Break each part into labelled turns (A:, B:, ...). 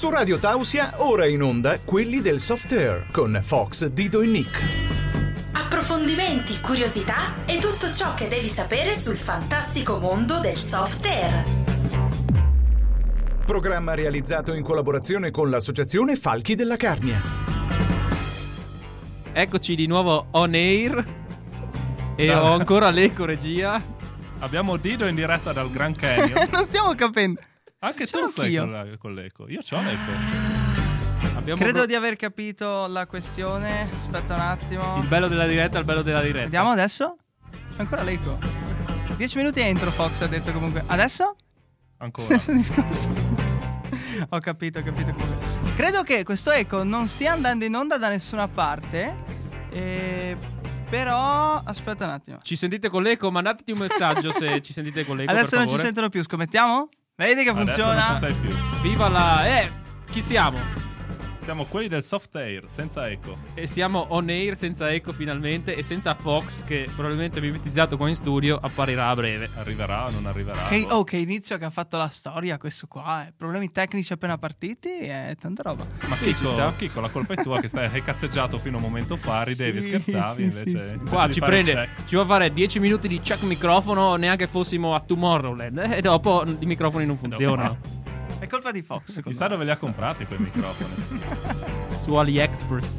A: Su Radio Tausia, ora in onda Quelli del Software con Fox, Dido e Nick.
B: Approfondimenti, curiosità e tutto ciò che devi sapere sul fantastico mondo del software.
A: Programma realizzato in collaborazione con l'associazione Falchi della Carnia.
C: Eccoci di nuovo on air e ho ancora l'eco regia.
D: Abbiamo Dido in diretta dal Grand Canyon.
E: Non stiamo capendo.
D: Anche tu sei con l'eco. Io c'ho l'eco.
E: Credo di aver capito la questione. Aspetta un attimo.
C: Il bello della diretta, il bello della diretta.
E: Vediamo adesso. C'è ancora l'eco. 10 minuti entro, Fox ha detto comunque. Adesso?
D: Ancora.
E: Ho capito. Credo che questo eco non stia andando in onda da nessuna parte. Però aspetta un attimo.
C: Ci sentite con l'eco? Mandateci un messaggio se ci sentite con l'eco.
E: Adesso non ci sentono più, scommettiamo? Vedi che funziona?
D: Adesso non ci sei più.
C: Viva la... chi siamo?
D: Siamo quelli del soft air, senza eco.
C: E siamo on air senza eco finalmente. E senza Fox, che probabilmente mimetizzato qua in studio apparirà a breve.
D: Arriverà o non arriverà?
E: Che inizio che ha fatto la storia questo qua. Problemi tecnici appena partiti e tanta roba.
D: Ma
C: sì,
D: Chicco, la colpa è tua che hai cazzeggiato fino a un momento fa. Ridevi, scherzavi invece.
C: Qua ci prende, ci va fare 10 minuti di check microfono, neanche fossimo a Tomorrowland. E dopo i microfoni non funzionano.
E: È colpa di Fox.
D: Chissà dove li ha comprati quei microfoni.
C: Su AliExpress.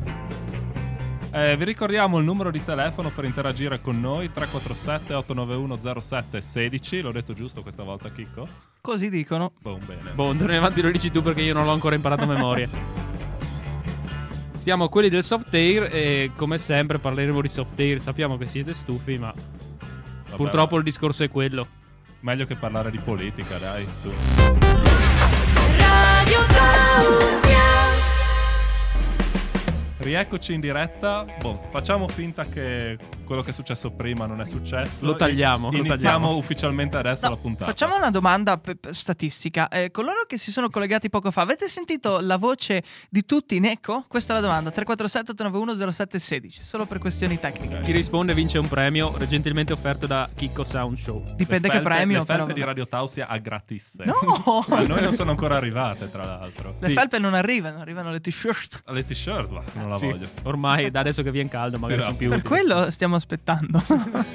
D: Vi ricordiamo il numero di telefono per interagire con noi: 347 891 07 16. L'ho detto giusto questa volta, Chicco?
E: Così dicono.
D: Bene.
C: Torni avanti, lo dici tu perché io non l'ho ancora imparato a memoria. Siamo quelli del software e come sempre parleremo di software. Sappiamo che siete stufi, ma purtroppo il discorso è quello.
D: Meglio che parlare di politica, dai, su.
B: Radio Tausia.
D: Rieccoci in diretta. Facciamo finta che quello che è successo prima non è successo.
C: Lo tagliamo.
D: Iniziamo ufficialmente adesso la puntata.
E: Facciamo una domanda statistica. Coloro che si sono collegati poco fa, avete sentito la voce di tutti in eco? Questa è la domanda. 347 891 07 16. Solo per questioni tecniche.
C: Chi risponde vince un premio gentilmente offerto da Chicco Sound Show.
E: Dipende che premio.
D: Le felpe di Radio Tausia a gratis.
E: No!
D: A noi non sono ancora arrivate, tra l'altro.
E: Le felpe non arrivano le t-shirt.
D: Le t-shirt, ma non la voglio.
C: Ormai da adesso che viene caldo magari sono più
E: per
C: utili.
E: quello stiamo aspettando.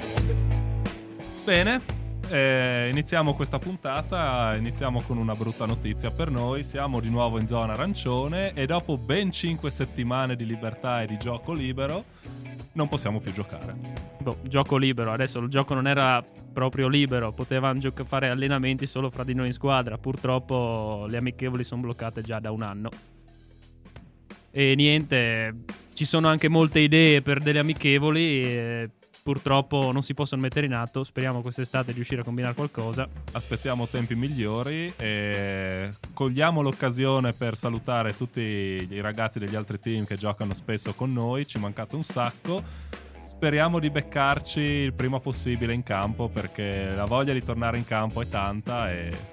D: Bene, iniziamo questa puntata. Iniziamo con una brutta notizia per noi. Siamo di nuovo in zona arancione e dopo ben 5 settimane di libertà e di gioco libero non possiamo più giocare.
C: Gioco libero. Adesso il gioco non era proprio libero, potevano fare allenamenti solo fra di noi in squadra. Purtroppo le amichevoli sono bloccate già da un anno. E niente, ci sono anche molte idee per delle amichevoli e purtroppo non si possono mettere in atto. Speriamo quest'estate di riuscire a combinare qualcosa.
D: Aspettiamo tempi migliori e cogliamo l'occasione per salutare tutti i ragazzi degli altri team che giocano spesso con noi. Ci mancate un sacco. Speriamo di beccarci il prima possibile in campo, perché la voglia di tornare in campo è tanta e...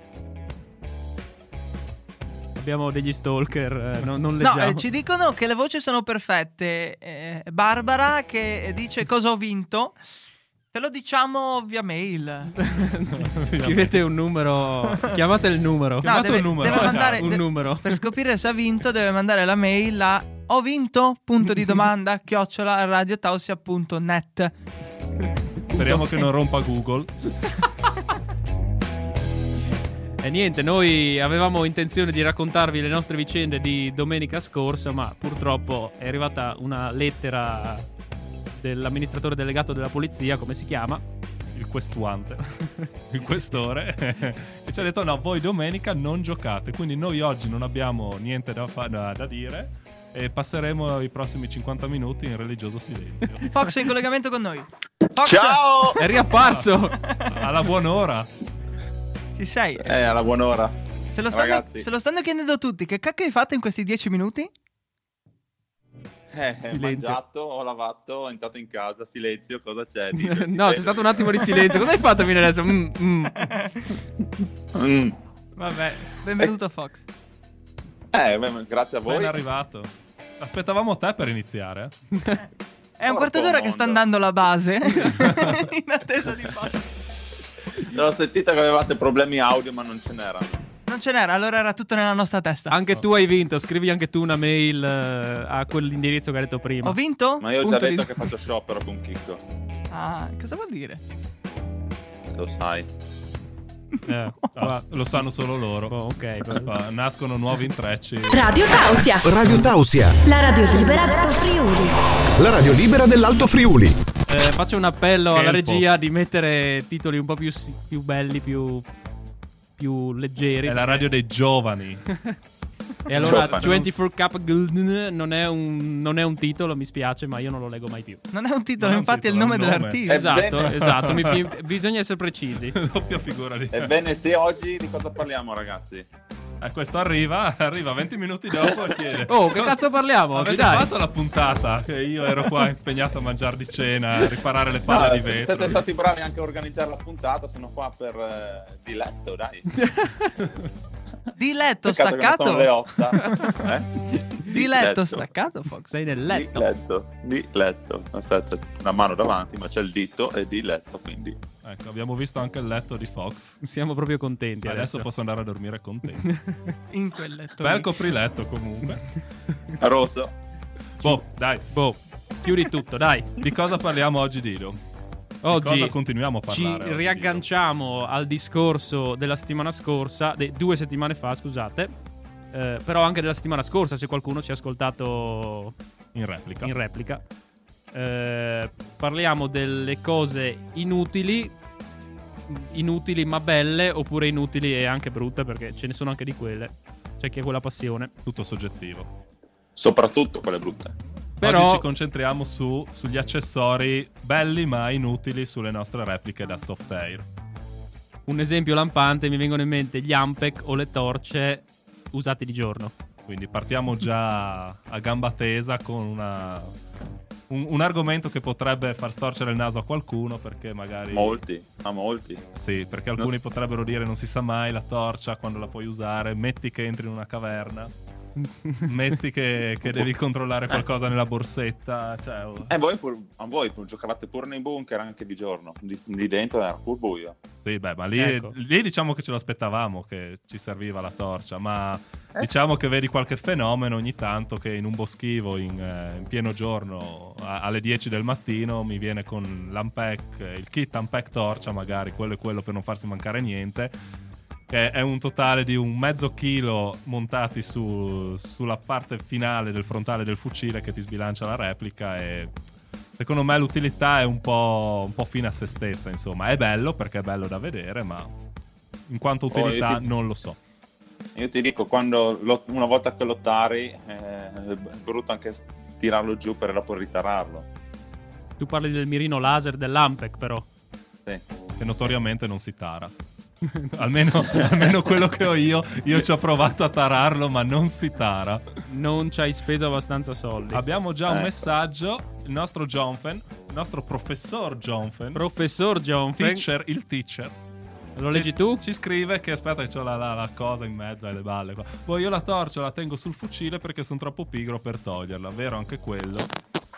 C: Abbiamo degli stalker, non leggiamo.
E: No, ci dicono che le voci sono perfette. Barbara che dice cosa ho vinto. Te lo diciamo via mail.
C: Scrivete un numero. Chiamate il numero.
E: Deve mandare
C: un numero.
E: Per scoprire se ha vinto deve mandare la mail a hovinto.didomanda@radiotausia.net.
D: Speriamo che non rompa Google.
C: E niente, noi avevamo intenzione di raccontarvi le nostre vicende di domenica scorsa, ma purtroppo è arrivata una lettera dell'amministratore delegato della polizia, come si chiama?
D: Il questuante, il questore, e ci ha detto no, voi domenica non giocate, quindi noi oggi non abbiamo niente da dire e passeremo i prossimi 50 minuti in religioso silenzio.
E: Fox è in collegamento con noi. Fox.
F: Ciao!
C: È riapparso!
D: Alla buon'ora.
E: Ci sei?
F: Alla buon'ora.
E: Se lo stanno chiedendo tutti, che cacchio hai fatto in questi 10 minuti?
F: Ho mangiato, ho lavato, ho entrato in casa, silenzio, cosa c'è?
C: No, c'è stato un attimo di silenzio. Cosa hai fatto fino adesso?
E: Vabbè, benvenuto Fox.
F: Grazie a voi.
D: Ben arrivato. Aspettavamo te per iniziare.
E: È un quarto d'ora che sta andando la base in attesa di Fox.
F: Ho sentito che avevate problemi audio, ma non ce n'erano.
E: non ce n'era, allora era tutto nella nostra testa.
C: Anche tu hai vinto, scrivi anche tu una mail a quell'indirizzo che hai detto prima.
E: Ho vinto?
F: Ma io ho
E: Punto
F: già detto
E: di-
F: che faccio sciopero con Chicco.
E: Ah, cosa vuol dire?
F: Lo sai.
D: Lo sanno solo loro.
C: Oh, ok.
D: Nascono nuovi intrecci.
B: Radio Tausia,
A: Radio Tausia,
B: la radio libera d'Alto Friuli.
A: la radio libera dell'Alto Friuli.
C: Faccio un appello alla
D: Tempo.
C: regia di mettere titoli un po' più belli, più leggeri.
D: È la radio dei giovani.
C: E allora
F: Giovani.
C: 24 Cup non è un titolo, mi spiace, ma io non lo leggo mai più.
E: Non è un titolo,
D: Non è un
E: infatti
D: titolo,
E: è il nome
D: è un nome.
E: dell'artista.
F: Ebbene.
C: Esatto. Bisogna essere precisi.
D: Doppia figura di.
F: Ebbene sì, oggi di cosa parliamo, ragazzi?
D: Questo arriva 20 minuti dopo e chiede:
C: Oh, che cazzo parliamo oggi,
D: avete
C: dai?
D: fatto la puntata? Che io ero qua impegnato a mangiare di cena, a riparare le palle di vetro.
F: Siete stati bravi anche a organizzare la puntata, sono qua per diletto, dai.
E: Di letto
F: Peccato che non sono le
E: staccato?
F: 8.
E: Di letto staccato, Fox?
C: Sei nel letto.
F: Di letto. Aspetta, una mano davanti, ma c'è il dito e di letto, quindi.
D: Ecco, abbiamo visto anche il letto di Fox.
C: Siamo proprio contenti
D: Adesso
C: adesso.
D: posso andare a dormire contento.
E: In quel letto.
D: Bel
E: lì.
D: copriletto comunque.
F: Rosso.
D: Boh, dai.
C: Boh, più di tutto, dai.
D: Di cosa parliamo oggi, Dido? Di
C: Oggi
D: cosa continuiamo a
C: ci
D: parlare? oggi,
C: riagganciamo al discorso della settimana scorsa, 2 settimane fa, scusate. Però anche della settimana scorsa, se qualcuno ci ha ascoltato
D: Dido? In replica.
C: in replica. Parliamo delle cose inutili ma belle, oppure inutili e anche brutte, perché ce ne sono anche di quelle. C'è chi ha quella passione.
D: Tutto soggettivo.
F: Soprattutto quelle brutte.
C: Però
D: Oggi ci concentriamo sugli accessori belli ma inutili sulle nostre repliche da soft air.
C: un esempio lampante mi vengono in mente gli Ampec o le torce usati di giorno.
D: Quindi partiamo già a gamba tesa con un argomento che potrebbe far storcere il naso a qualcuno, perché magari...
F: Molti.
D: Sì, perché alcuni potrebbero dire non si sa mai la torcia quando la puoi usare, metti che entri in una caverna, metti che devi controllare qualcosa nella borsetta, cioè...
F: Voi giocavate pure nei bunker anche di giorno, di dentro era pur buio.
D: Sì, beh, ma lì,
C: Ecco.
D: lì diciamo che ce lo aspettavamo che ci serviva la torcia, ma diciamo che vedi qualche fenomeno ogni tanto che in un boschivo in pieno giorno alle 10 del mattino mi viene con l'Ampec, il kit Ampec torcia magari, quello e quello per non farsi mancare niente, che è un totale di un mezzo chilo montati sulla parte finale del frontale del fucile che ti sbilancia la replica, e secondo me l'utilità è un po' fine a se stessa, insomma. È bello perché è bello da vedere, ma in quanto utilità non lo so.
F: Io ti dico, quando una volta che lo tari è brutto anche tirarlo giù per dopo ritararlo.
C: Tu parli del mirino laser dell'Ampec, però.
F: Sì.
D: Che notoriamente non si tara. almeno quello che ho io ci ho provato a tararlo, ma non si tara.
C: Non ci hai speso abbastanza soldi.
D: Abbiamo già un
F: Ecco.
D: messaggio. Il nostro Jonfen, il nostro professor Jonfen,
C: Professor John Frank,
D: il teacher,
C: lo leggi tu?
D: ci scrive che aspetta che c'ho la cosa in mezzo alle balle qua. Poi io la torcia la tengo sul fucile perché sono troppo pigro per toglierla. Vero anche quello.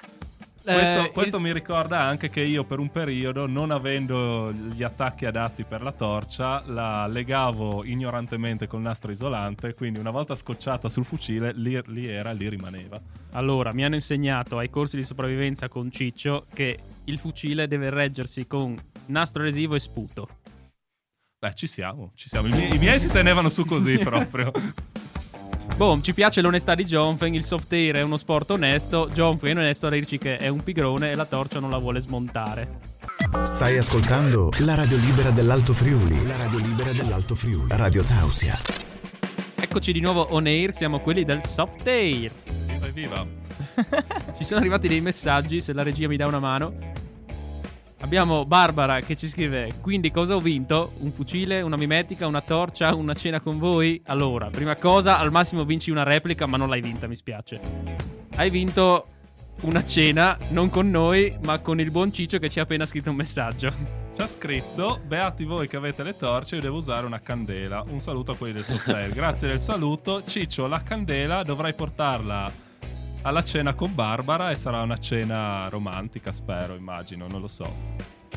D: Questo mi ricorda anche che io per un periodo, non avendo gli attacchi adatti per la torcia, la legavo ignorantemente col nastro isolante, quindi una volta scocciata sul fucile lì rimaneva.
C: Allora, mi hanno insegnato ai corsi di sopravvivenza con Ciccio che il fucile deve reggersi con nastro adesivo e sputo.
D: Beh, ci siamo. I miei si tenevano su così proprio.
C: Boh, ci piace l'onestà di Jonfen, il soft air è uno sport onesto, Jonfen è onesto a dirci che è un pigrone e la torcia non la vuole smontare.
A: Stai ascoltando la radio libera dell'Alto Friuli. La radio libera dell'Alto Friuli. Radio Tausia.
C: Eccoci di nuovo on air, siamo quelli del soft air.
D: Viva.
C: Ci sono arrivati dei messaggi, se la regia mi dà una mano. Abbiamo Barbara che ci scrive: quindi cosa ho vinto? Un fucile, una mimetica, una torcia, una cena con voi? Allora, prima cosa, al massimo vinci una replica, ma non l'hai vinta, mi spiace. Hai vinto una cena, non con noi, ma con il buon Ciccio che ci ha appena scritto un messaggio.
D: Ci ha scritto: beati voi che avete le torce, io devo usare una candela. Un saluto a quelli del software. Grazie del saluto. Ciccio, la candela dovrai portarla alla cena con Barbara e sarà una cena romantica, spero, immagino, non lo so.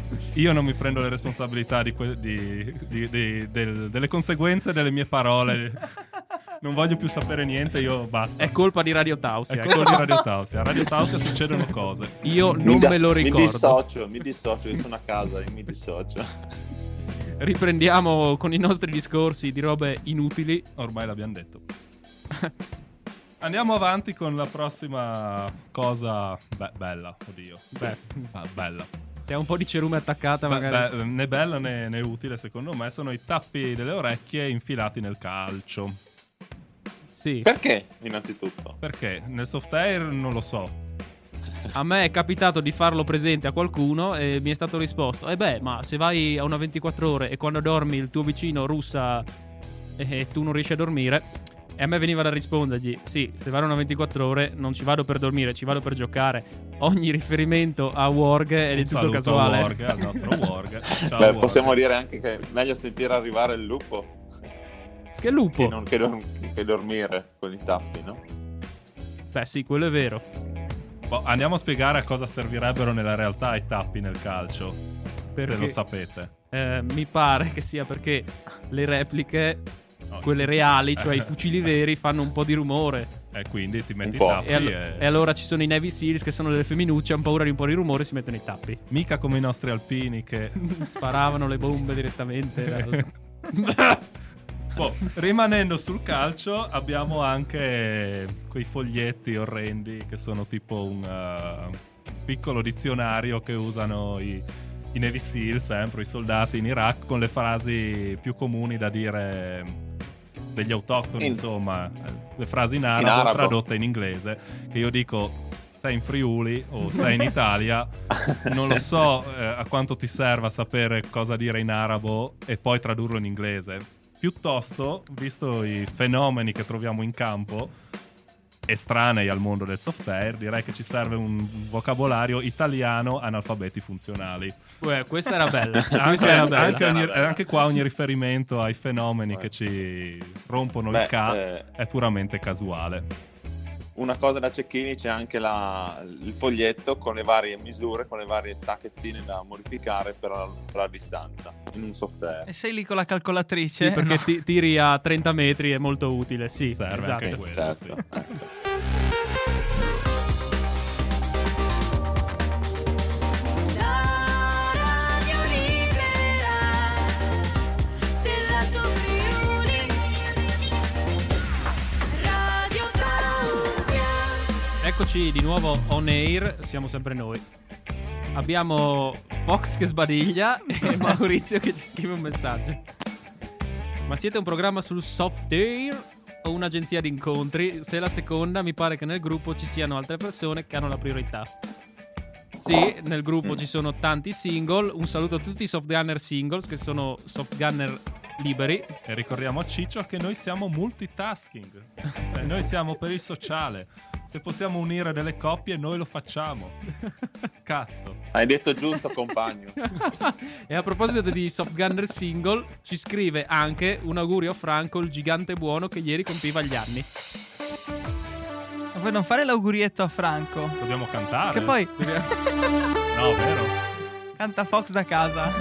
D: Io non mi prendo le responsabilità delle conseguenze delle mie parole. Non voglio più sapere niente, io basta.
C: È colpa di Radio Tausia.
D: È colpa di Radio Tausia. A Radio Tausia succedono cose.
C: Io non me lo ricordo.
F: Mi dissocio, io sono a casa, mi dissocio.
C: Riprendiamo con i nostri discorsi di robe inutili.
D: Ormai l'abbiamo detto. Andiamo avanti con la prossima cosa. Bella, oddio. Bella.
C: Se ha un po' di cerume attaccata, magari.
D: Né bella né utile, secondo me. Sono i tappi delle orecchie infilati nel calcio.
C: Sì.
F: Perché, innanzitutto?
D: Perché nel soft air non lo so.
C: A me è capitato di farlo presente a qualcuno e mi è stato risposto: ma se vai a una 24 ore e quando dormi il tuo vicino russa e tu non riesci a dormire. E a me veniva da rispondergli: sì, se vado a una 24 ore non ci vado per dormire, ci vado per giocare. Ogni riferimento a Warg è di tutto casuale.
D: Warg, al nostro Warg. Ciao,
F: Beh,
D: Warg.
F: possiamo dire anche che è meglio sentire arrivare il lupo
C: Che lupo?
F: che dormire con i tappi, no?
C: Beh sì, quello è vero.
D: Andiamo a spiegare a cosa servirebbero nella realtà i tappi nel calcio.
C: Perché,
D: se lo sapete.
C: Mi pare che sia perché le repliche, quelle reali, cioè i fucili veri, fanno un po' di rumore.
D: E quindi ti metti i
F: po'.
D: tappi
C: E allora ci sono i Navy Seals che sono delle femminucce, hanno paura di un po' di rumore e si mettono i tappi.
D: Mica come i nostri alpini che
C: sparavano le bombe direttamente.
D: Rimanendo sul calcio, abbiamo anche quei foglietti orrendi che sono tipo un piccolo dizionario che usano i Navy Seal, sempre i soldati in Iraq, con le frasi più comuni da dire degli autoctoni, insomma, le frasi in arabo tradotte in inglese, che io dico: sei in Friuli o sei in Italia, non lo so a quanto ti serva sapere cosa dire in arabo e poi tradurlo in inglese. Piuttosto, visto i fenomeni che troviamo in campo, estranei al mondo del soft air, direi che ci serve un vocabolario italiano analfabeti funzionali.
C: Questa era bella.
D: Anche qua ogni riferimento ai fenomeni che ci rompono il è puramente casuale.
F: Una cosa da cecchini, c'è anche il foglietto con le varie misure, con le varie tacchettine da modificare per la distanza in un soft air.
E: E sei lì con la calcolatrice?
C: Sì, perché tiri a 30 metri, è molto utile. Sì,
D: serve,
C: esatto.
D: Anche quello,
F: certo.
D: Sì.
C: Eccoci di nuovo on air, siamo sempre noi. Abbiamo Fox che sbadiglia e Maurizio che ci scrive un messaggio. Ma siete un programma sul soft air o un'agenzia di incontri? Se è la seconda, mi pare che nel gruppo ci siano altre persone che hanno la priorità. Sì, nel gruppo ci sono tanti single. Un saluto a tutti i soft gunner singles che sono soft gunner liberi.
D: E ricordiamo a Ciccio che noi siamo multitasking. Noi siamo per il sociale. Se possiamo unire delle coppie, noi lo facciamo. Cazzo.
F: Hai detto giusto, compagno.
C: E a proposito di Soft Gunner single, ci scrive anche un augurio a Franco, il gigante buono che ieri compiva gli anni.
E: Ma puoi non fare l'augurietto a Franco?
D: Dobbiamo cantare.
E: Che poi
D: No, vero?
E: canta Fox da casa.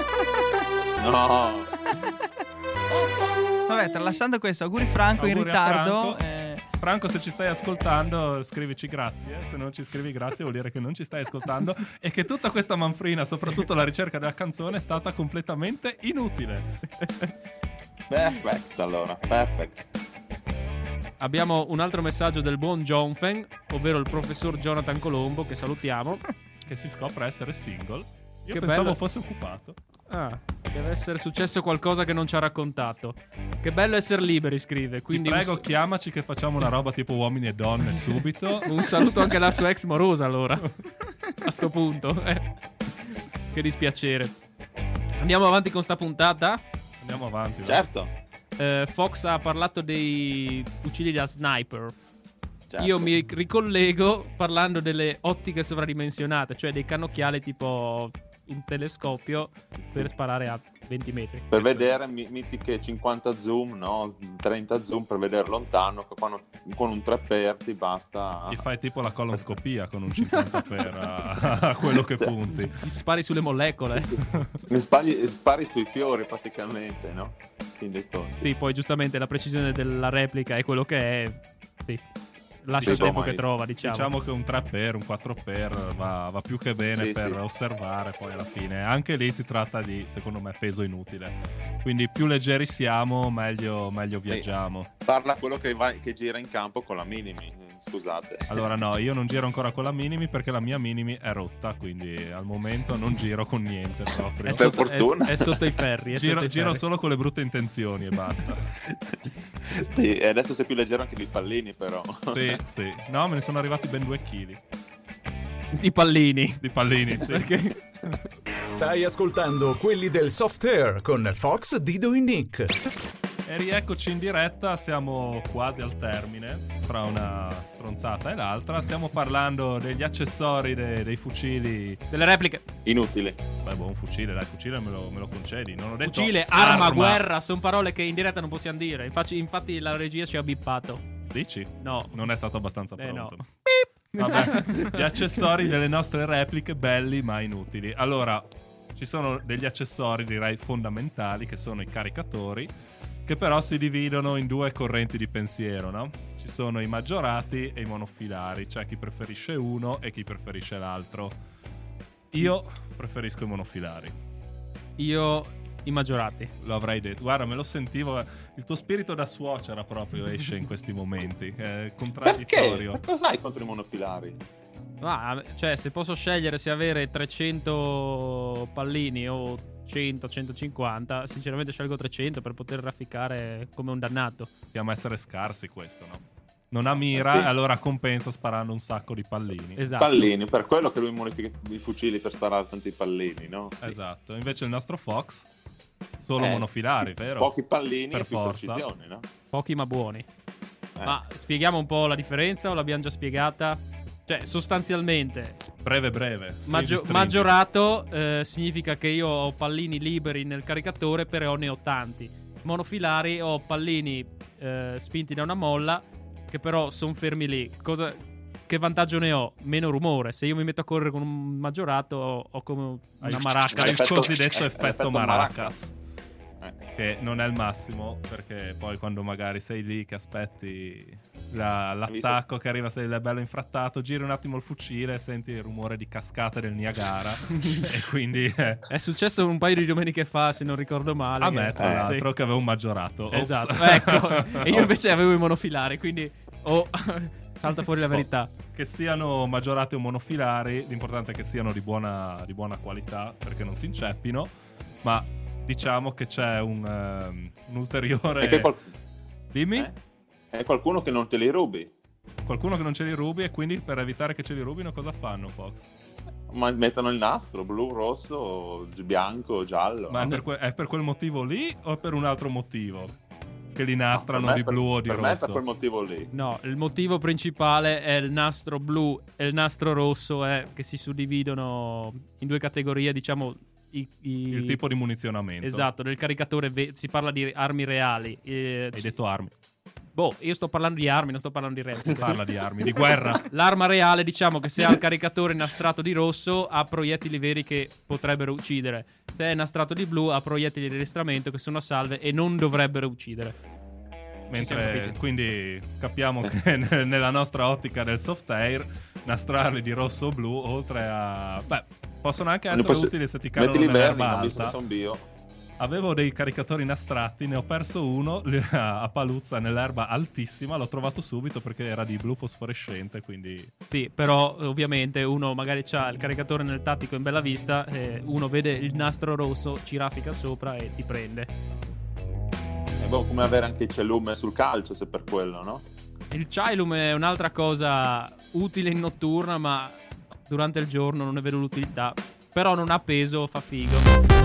F: No.
E: Vabbè, tralasciando questo, auguri Franco
D: Auguri
E: in ritardo.
D: Franco, se ci stai ascoltando, scrivici grazie. Se non ci scrivi grazie, vuol dire che non ci stai ascoltando e che tutta questa manfrina, soprattutto la ricerca della canzone, è stata completamente inutile.
F: Perfetto, allora, perfetto.
C: Abbiamo un altro messaggio del buon Jonfen, ovvero il professor Jonathan Colombo, che salutiamo.
D: Che si scopre essere single. Io
C: Che
D: pensavo
C: bello.
D: fosse occupato.
C: Deve essere successo qualcosa che non ci ha raccontato. Che bello essere liberi, scrive. Quindi
D: Ti prego, chiamaci che facciamo una roba tipo uomini e donne subito.
C: un saluto anche alla sua ex morosa, allora. A sto punto. Che dispiacere. Andiamo avanti con sta puntata.
D: Andiamo avanti. va.
F: Certo.
C: Fox ha parlato dei fucili da sniper.
F: Certo.
C: Io mi ricollego parlando delle ottiche sovradimensionate, cioè dei cannocchiali tipo un telescopio per sparare a 20 metri.
F: Per vedere mitiche 50 zoom, no? 30 zoom per vedere lontano, che con un 3x ti basta.
D: Gli fai tipo la colonscopia con un 50x a quello che punti.
C: Ti spari sulle molecole.
F: Spari sui fiori praticamente, no?
C: Sì, poi giustamente la precisione della replica è quello che è. Sì. Lascia il tempo che trova, diciamo
D: che un 3x, un 4x va più che bene per osservare. Poi alla fine anche lì si tratta di, secondo me, peso inutile. Quindi più leggeri siamo, meglio viaggiamo.
F: Parla quello che gira in campo con la Minimi, scusate.
D: Allora no, io non giro ancora con la Minimi perché la mia Minimi è rotta, quindi al momento non giro con niente proprio.
C: È sotto i ferri.
D: Giro solo con le brutte intenzioni e basta.
F: Sì, e adesso sei più leggero anche di pallini, però.
D: Sì. No, me ne sono arrivati ben 2 kg.
C: Di pallini, sì.
E: Perché?
A: Stai ascoltando quelli del Soft Air con Fox, Dido e Nick.
D: E rieccoci in diretta, siamo quasi al termine, fra una stronzata e l'altra. Stiamo parlando degli accessori dei fucili.
C: Delle repliche.
F: Inutili.
D: Beh, un fucile me lo concedi. Non ho detto
C: fucile, arma, guerra, sono parole che in diretta non possiamo dire. Infatti la regia ci ha bippato.
D: Dici?
C: No.
D: Non è stato abbastanza pronto.
C: No.
D: Vabbè, gli accessori delle nostre repliche, belli ma inutili. Allora, ci sono degli accessori, direi, fondamentali, che sono i caricatori, che però si dividono in 2 correnti di pensiero, no? Ci sono i maggiorati e i monofilari. C'è chi preferisce uno e chi preferisce l'altro. Io preferisco i monofilari.
C: Io i maggiorati.
D: Lo avrei detto. Guarda, me lo sentivo. Il tuo spirito da suocera proprio esce in questi momenti. È contraddittorio.
F: Perché? Cosa hai contro i monofilari?
C: Cioè, se posso scegliere se avere 300 pallini o 100, 150, sinceramente scelgo 300 per poter rafficare come un dannato.
D: Dobbiamo essere scarsi questo, no? Non ha mira, sì. Allora compensa sparando un sacco di pallini.
C: Esatto.
F: Pallini, per quello che lui modifica i fucili per sparare tanti pallini, no?
D: Sì. Esatto. Invece il nostro Fox solo monofilari, vero?
F: Pochi pallini
D: per
F: e più
D: forza.
F: Precisione, no?
C: Pochi ma buoni. Ma spieghiamo un po' la differenza o l'abbiamo già spiegata? Cioè, sostanzialmente
D: breve.
C: Maggiorato significa che io ho pallini liberi nel caricatore, però ne ho tanti. Monofilari ho pallini spinti da una molla che però sono fermi lì. Che vantaggio ne ho? Meno rumore. Se io mi metto a correre con un maggiorato ho come una maracca.
D: Il cosiddetto effetto maracas. Che non è il massimo, perché poi quando magari sei lì che aspetti l'attacco che arriva, sei bello infrattato, giri un attimo il fucile e senti il rumore di cascate del Niagara. E quindi
C: è successo un paio di domeniche fa, se non ricordo male,
D: a me tra l'altro, che avevo un maggiorato.
C: Esatto. Ecco. E io invece avevo i monofilari, quindi salta fuori la verità.
D: Che siano maggiorati o monofilari, l'importante è che siano di buona qualità, perché non si inceppino. Ma diciamo che c'è un ulteriore. Dimmi?
F: È qualcuno che non te li rubi.
D: Qualcuno che non ce li rubi, e quindi per evitare che ce li rubino cosa fanno, Fox?
F: Ma mettono il nastro blu, rosso, bianco, giallo.
D: Ma è per quel motivo lì o per un altro motivo? Che li nastrano di blu o di rosso?
F: Per me è per quel motivo lì.
C: No, il motivo principale è il nastro blu e il nastro rosso, è che si suddividono in 2 categorie, diciamo.
D: Il tipo di munizionamento.
C: Esatto, nel caricatore si parla di armi reali.
D: Hai detto armi.
C: Io sto parlando di armi, non sto parlando di reali.
D: Si parla di armi, di guerra.
C: L'arma reale, diciamo che se ha il caricatore nastrato di rosso ha proiettili veri che potrebbero uccidere. Se è nastrato di blu ha proiettili di addestramento che sono a salve e non dovrebbero uccidere.
D: Mentre quindi capiamo che nella nostra ottica del soft air, nastrarli di rosso o blu, oltre a... possono anche essere utili se ti cadono nell'erba alta. Avevo dei caricatori nastratti, ne ho perso uno a Paluzza nell'erba altissima, l'ho trovato subito perché era di blu fosforescente, quindi... Sì,
C: però ovviamente uno magari c'ha il caricatore nel tattico in bella vista, uno vede il nastro rosso, ci raffica sopra e ti prende.
F: È come avere anche il celume sul calcio, se per quello, no?
C: Il Cylum è un'altra cosa utile in notturna, ma durante il giorno non ne vedo l'utilità. Però non ha peso, fa figo.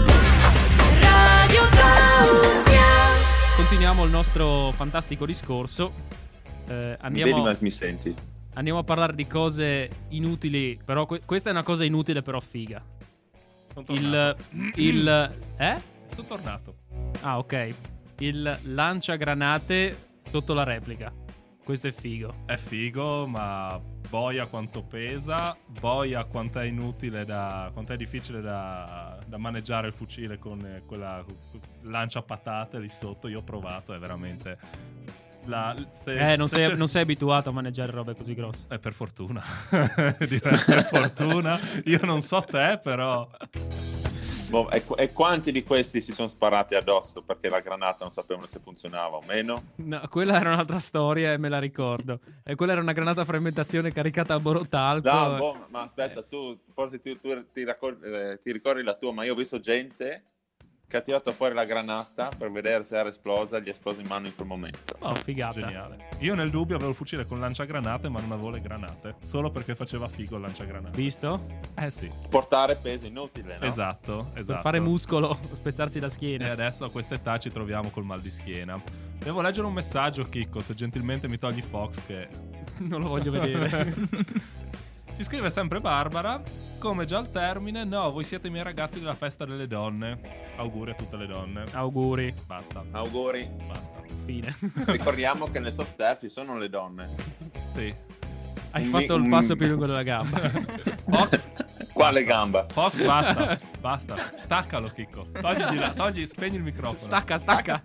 C: Radio Tausia. Continuiamo il nostro fantastico discorso.
F: Vedi, ma mi senti?
C: Andiamo a parlare di cose inutili, però questa è una cosa inutile però figa.
D: Sono tornato.
C: Ah, ok. Il lanciagranate sotto la replica. Questo è figo.
D: È figo, ma boia quanto pesa, boia quanto è inutile quanto è difficile da maneggiare il fucile con quella lancia patate lì sotto. Io ho provato, è veramente... non
C: sei abituato a maneggiare robe così grosse.
D: Per fortuna. Direi per fortuna. Io non so te, però...
F: Boh, e quanti di questi si sono sparati addosso perché la granata non sapevano se funzionava o meno?
C: No, quella era un'altra storia e me la ricordo. E quella era una granata a frammentazione caricata a borotalco.
F: No, boh, ma aspetta, tu forse ti ricordi la tua, ma io ho visto gente che ha tirato fuori la granata per vedere se era esplosa, gli è esplosa in mano in quel momento.
C: Oh, figata.
D: Geniale. Io nel dubbio avevo il fucile con lanciagranate, ma non avevo le granate, solo perché faceva figo il lanciagranate.
C: Visto?
D: Sì.
F: Portare peso inutile, no?
D: Esatto.
C: Per fare muscolo, spezzarsi la schiena.
D: E adesso a quest'età ci troviamo col mal di schiena. Devo leggere un messaggio, Chicco, se gentilmente mi togli Fox, che
C: non lo voglio vedere.
D: Ci scrive sempre Barbara, come già al termine, no, voi siete i miei ragazzi della festa delle donne. Auguri a tutte le donne.
C: Auguri.
D: Basta.
F: Auguri.
D: Basta.
C: Fine.
F: Ricordiamo che nel soft air ci sono le donne.
D: Sì.
C: Hai fatto il passo più lungo della gamba.
D: Fox.
F: Quale gamba?
D: Fox, basta. Basta. Staccalo, Chicco. Spegni il microfono.
C: Stacca.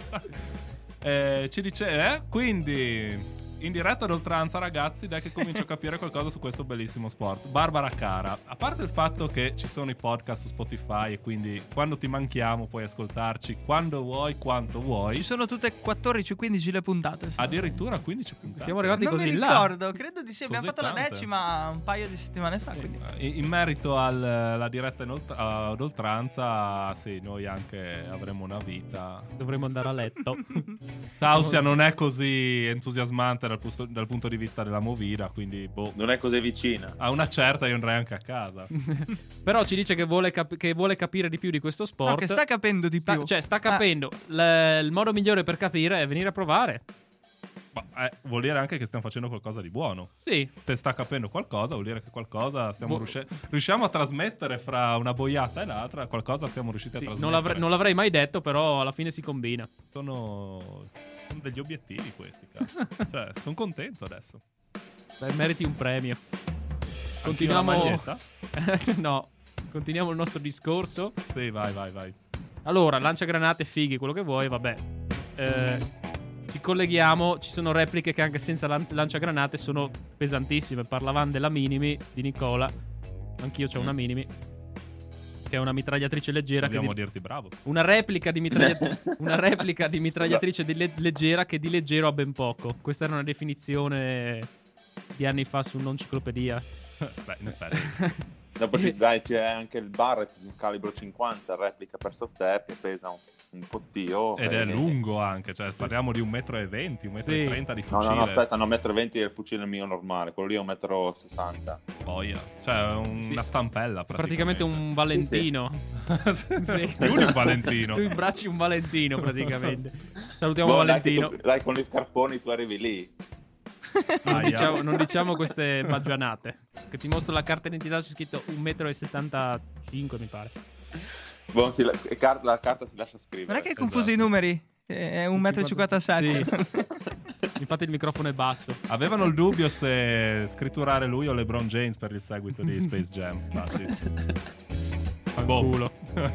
D: Ci dice, quindi... In diretta d'oltranza, ragazzi, dai che comincio a capire qualcosa su questo bellissimo sport. Barbara cara, a parte il fatto che ci sono i podcast su Spotify e quindi quando ti manchiamo puoi ascoltarci quando vuoi, quanto vuoi.
E: Ci sono tutte 14-15 le puntate.
D: Addirittura 15 puntate.
C: Siamo arrivati
E: non
C: così
E: mi
C: là.
E: ricordo, credo di sì. Abbiamo
D: Così
E: fatto la
D: tante?
E: 10ª un paio di settimane fa. Quindi.
D: In merito alla diretta ad oltranza, sì, noi anche avremo una vita.
C: Dovremmo andare a letto.
D: Tausia non è così entusiasmante dal punto di vista della movida, quindi
F: non è così vicina.
D: A una certa io andrei anche a casa.
C: Però ci dice che vuole capire di più di questo sport.
E: No, che sta capendo di più.
C: Cioè sta capendo. Il modo migliore per capire è venire a provare.
D: Ma vuol dire anche che stiamo facendo qualcosa di buono.
C: Sì.
D: Se sta capendo qualcosa, vuol dire che qualcosa riusciamo a trasmettere fra una boiata e l'altra. Qualcosa siamo riusciti a trasmettere.
C: Non l'avrei mai detto, però alla fine si combina.
D: Sono degli obiettivi questi, cazzo. Cioè, sono contento adesso.
C: Beh, meriti un premio.
D: Continuiamo. La maglietta?
C: No, continuiamo il nostro discorso.
D: Sì, vai.
C: Allora, lanciagranate, fighi, quello che vuoi, vabbè. Ci colleghiamo, ci sono repliche che anche senza lanciagranate sono pesantissime. Parlavamo della Minimi di Nicola. Anch'io c'ho una Minimi, che è una mitragliatrice leggera.
D: Dobbiamo dirti bravo.
C: Una replica di mitragliatrice leggera che di leggero ha ben poco. Questa era una definizione di anni fa su un'enciclopedia.
D: Beh, in effetti.
F: Dopo c'è anche il Barrett di un calibro 50, replica per soft air, che pesa un pottio.
D: Ed è lungo anche, cioè parliamo di 1,20 m, 1,30 m di fucile.
F: No, aspetta, 1,20 m è il fucile mio normale, quello lì è 1,60 m.
D: Boia, cioè una stampella
C: praticamente un Valentino.
D: Sì. Tu un Valentino.
C: Tu imbracci un Valentino praticamente. Salutiamo Valentino.
F: Dai, con gli scarponi tu arrivi lì.
C: Non diciamo queste baggianate. Che ti mostro la carta d'identità, c'è scritto 1,75 m, mi pare.
F: La carta si lascia scrivere.
E: Non è che hai confuso i numeri? È 1,57 m.
C: Sì. Infatti il microfono è basso.
D: Avevano il dubbio se scritturare lui o LeBron James per il seguito di Space Jam. Infatti.
C: Culo.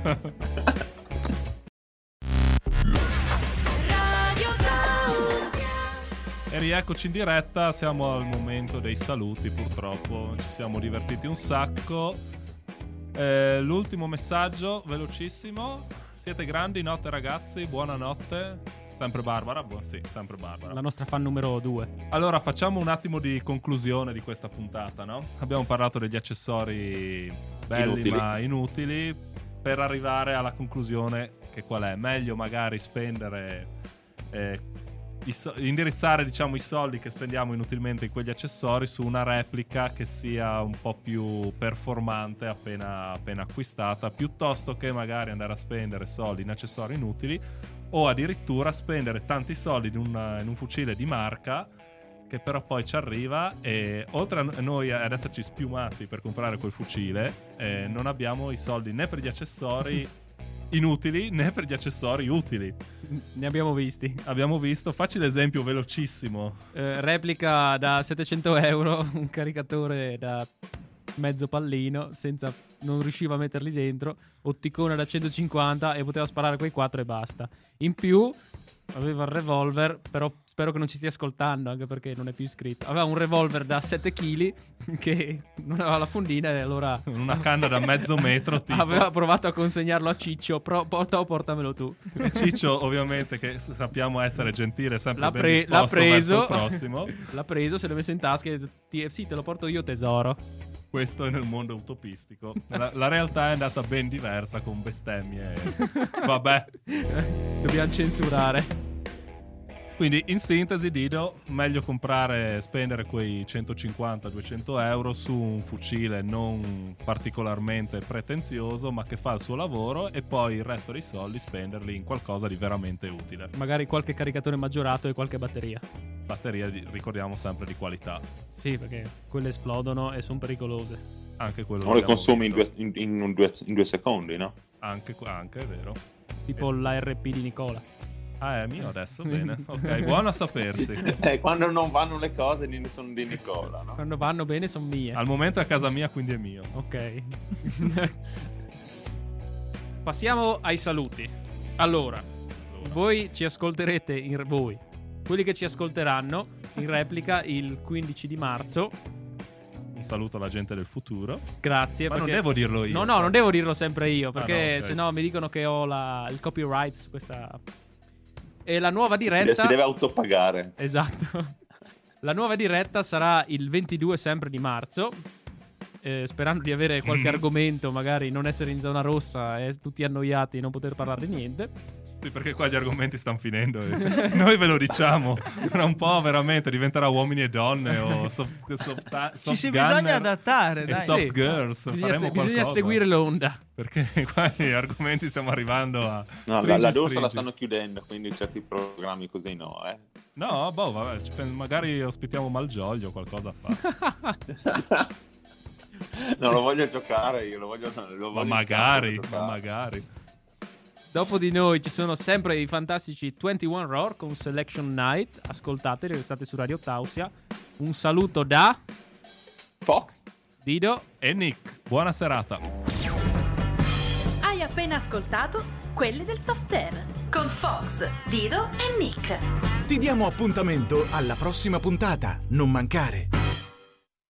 D: E rieccoci in diretta, siamo al momento dei saluti, purtroppo ci siamo divertiti un sacco. L'ultimo messaggio, velocissimo. Siete grandi, notte ragazzi, buonanotte. Sempre Barbara? Sì, sempre Barbara.
C: La nostra fan numero 2.
D: Allora, facciamo un attimo di conclusione di questa puntata, no? Abbiamo parlato degli accessori belli ma inutili, per arrivare alla conclusione che qual è? Meglio magari spendere... indirizzare, diciamo, i soldi che spendiamo inutilmente in quegli accessori su una replica che sia un po' più performante appena acquistata, piuttosto che magari andare a spendere soldi in accessori inutili o addirittura spendere tanti soldi in un fucile di marca che però poi ci arriva e oltre a noi ad esserci spiumati per comprare quel fucile, non abbiamo i soldi né per gli accessori inutili né per gli accessori utili.
C: Ne abbiamo visti.
D: Abbiamo visto, facci l'esempio velocissimo.
C: Replica da 700 euro, un caricatore da mezzo pallino, non riusciva a metterli dentro, otticone da 150 e poteva sparare quei 4 e basta. In più aveva il revolver, però spero che non ci stia ascoltando, anche perché non è più iscritto. Aveva un revolver da 7 kg che non aveva la fondina e allora
D: una canna da mezzo metro tipo.
C: Aveva provato a consegnarlo a Ciccio, portamelo tu.
D: E Ciccio ovviamente, che sappiamo essere gentile, sempre ben disposto
C: l'ha preso,
D: verso il prossimo.
C: L'ha preso, se l'ha messo in tasca e ha detto, sì, te lo porto io tesoro.
D: Questo è nel mondo utopistico. La realtà è andata ben diversa, con bestemmie. Vabbè.
C: Dobbiamo censurare.
D: Quindi in sintesi, Dido, meglio spendere quei 150-200 euro su un fucile non particolarmente pretenzioso, ma che fa il suo lavoro, e poi il resto dei soldi spenderli in qualcosa di veramente utile.
C: Magari qualche caricatore maggiorato e qualche batteria.
D: Batteria, ricordiamo, sempre di qualità.
C: Sì, perché quelle esplodono e sono pericolose.
D: Anche quello
F: o le consumi in 2 secondi, no?
D: Anche, è vero.
C: Tipo l'ARP di Nicola.
D: Ah, è mio adesso? Bene. Ok, buono a sapersi.
F: Quando non vanno le cose sono di Nicola, no?
C: Quando vanno bene sono mie.
D: Al momento è a casa mia, quindi è mio.
C: Ok. Passiamo ai saluti. Allora, voi ci ascolterete, quelli che ci ascolteranno in replica il 15 di marzo.
D: Un saluto alla gente del futuro.
C: Grazie.
D: Ma non devo dirlo io.
C: No, non devo dirlo sempre io, perché
D: okay.
C: sennò mi dicono che ho il copyright su questa. E la nuova diretta
F: si deve autopagare.
C: Esatto. La nuova diretta sarà il 22 sempre di marzo, sperando di avere qualche argomento, magari non essere in zona rossa e tutti annoiati e non poter parlare di niente.
D: Sì, perché qua gli argomenti stanno finendo e noi ve lo diciamo. Tra un po' veramente diventerà uomini e donne o soft
E: ci si bisogna adattare,
D: e
E: dai.
D: soft
C: Sì.
D: girls.
C: Bisogna seguire l'onda.
D: Perché qua gli argomenti stiamo arrivando a
F: no, la D'Urso la stanno chiudendo, quindi certi programmi così no,
D: No, vabbè, magari ospitiamo Malgioglio o qualcosa fa.
F: No, lo voglio giocare, io lo voglio
D: ma magari.
C: Dopo di noi ci sono sempre i fantastici 21 Roar con Selection Night. Ascoltateli, restate su Radio Tausia. Un saluto da
F: Fox,
C: Dido
D: e Nick. Buona serata.
B: Hai appena ascoltato Quelli del Soft Air con Fox, Dido e Nick.
A: Ti diamo appuntamento alla prossima puntata. Non mancare.